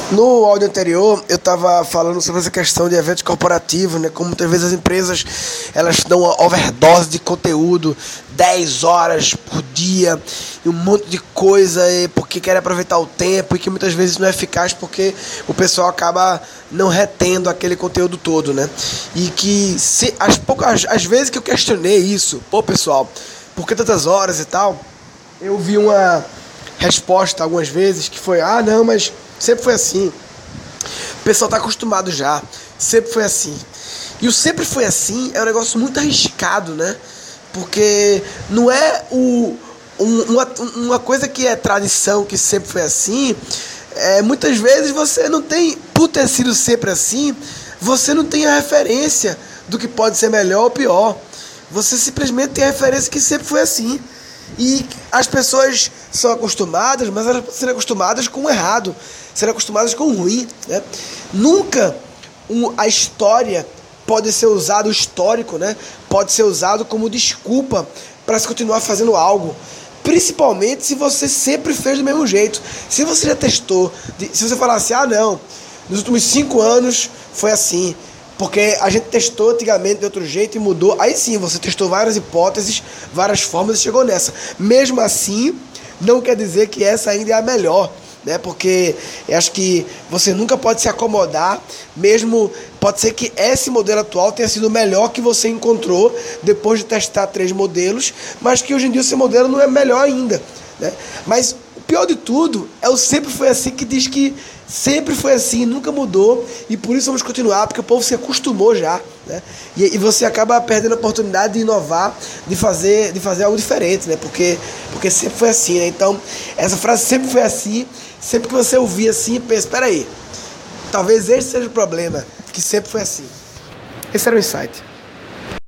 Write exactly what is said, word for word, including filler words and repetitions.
No áudio anterior, eu estava falando sobre essa questão de eventos corporativos, né? Como muitas vezes as empresas elas dão uma overdose de conteúdo, dez horas por dia, e um monte de coisa, e porque querem aproveitar o tempo, e que muitas vezes não é eficaz porque o pessoal acaba não retendo aquele conteúdo todo, né? E que se, as poucas as vezes que eu questionei isso, pô pessoal, por que tantas horas e tal, eu vi uma resposta algumas vezes que foi, ah não, mas sempre foi assim. O pessoal está acostumado já. Sempre foi assim. E o sempre foi assim é um negócio muito arriscado, né? Porque não é o, um, uma, uma coisa que é tradição, que sempre foi assim. É, muitas vezes você não tem, por ter sido sempre assim, você não tem a referência do que pode ser melhor ou pior. Você simplesmente tem a referência que sempre foi assim. E as pessoas são acostumadas, mas elas são acostumadas com o errado, sendo acostumadas com o ruim, né? Nunca um, a história pode ser usado, o histórico, né? Pode ser usado como desculpa para se continuar fazendo algo. Principalmente se você sempre fez do mesmo jeito. Se você já testou, se você falar assim, ah não, nos últimos cinco anos foi assim, porque a gente testou antigamente de outro jeito e mudou. Aí sim, você testou várias hipóteses, várias formas e chegou nessa. Mesmo assim, não quer dizer que essa ainda é a melhor, né? Porque eu acho que você nunca pode se acomodar, mesmo pode ser que esse modelo atual tenha sido o melhor que você encontrou depois de testar três modelos, mas que hoje em dia o seu modelo não é melhor ainda, né? Mas o pior de tudo é o sempre foi assim, que diz que sempre foi assim, nunca mudou, e por isso vamos continuar, porque o povo se acostumou já, né? E, e você acaba perdendo a oportunidade de inovar, de fazer, de fazer algo diferente, né? Porque, porque sempre foi assim, né? Então, essa frase sempre foi assim, sempre que você ouvir assim, pensa, espera aí, talvez esse seja o problema, que sempre foi assim. Esse era o insight.